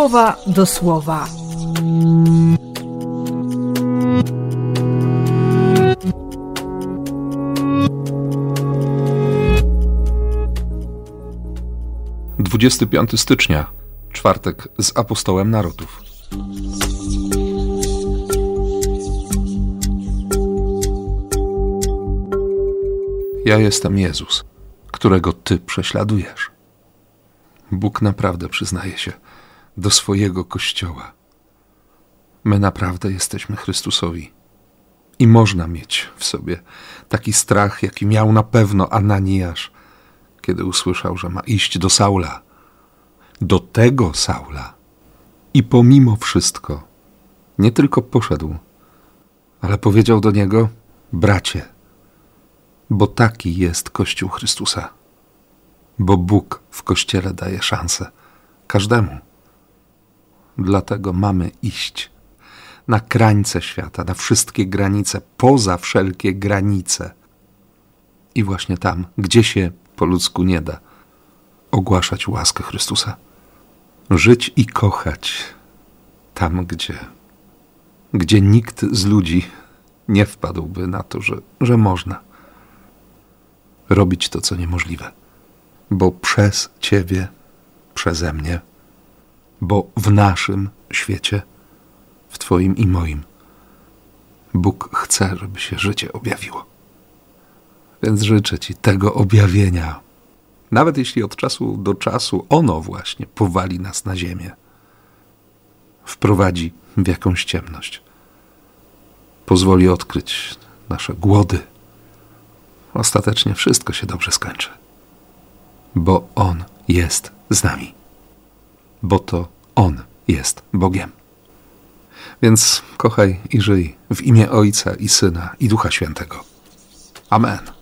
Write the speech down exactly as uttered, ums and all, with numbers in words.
słowa do słowa. dwudziestego piątego stycznia, czwartek z apostołem narodów. Ja jestem Jezus, którego Ty prześladujesz. Bóg naprawdę przyznaje się do swojego Kościoła. My naprawdę jesteśmy Chrystusowi. I można mieć w sobie taki strach, jaki miał na pewno Ananiasz, kiedy usłyszał, że ma iść do Saula. Do tego Saula. I pomimo wszystko nie tylko poszedł, ale powiedział do niego: bracie, bo taki jest Kościół Chrystusa. Bo Bóg w Kościele daje szansę każdemu. Dlatego mamy iść na krańce świata, na wszystkie granice, poza wszelkie granice. I właśnie tam, gdzie się po ludzku nie da, ogłaszać łaskę Chrystusa. Żyć i kochać tam, gdzie, gdzie nikt z ludzi nie wpadłby na to, że, że można. Robić to, co niemożliwe. Bo przez Ciebie, przeze mnie, bo w naszym świecie, w Twoim i moim, Bóg chce, żeby się życie objawiło. Więc życzę Ci tego objawienia, nawet jeśli od czasu do czasu ono właśnie powali nas na ziemię, wprowadzi w jakąś ciemność, pozwoli odkryć nasze głody. Ostatecznie wszystko się dobrze skończy, bo On jest z nami, bo to On jest Bogiem. Więc kochaj i żyj w imię Ojca i Syna i Ducha Świętego. Amen.